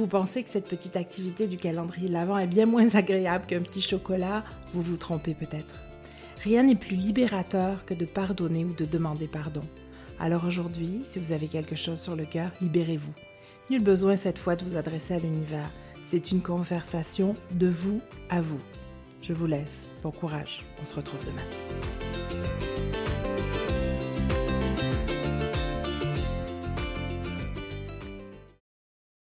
vous pensez que cette petite activité du calendrier de l'Avent est bien moins agréable qu'un petit chocolat, vous vous trompez peut-être. Rien n'est plus libérateur que de pardonner ou de demander pardon. Alors aujourd'hui, si vous avez quelque chose sur le cœur, libérez-vous. Nul besoin cette fois de vous adresser à l'univers. C'est une conversation de vous à vous. Je vous laisse. Bon courage. On se retrouve demain.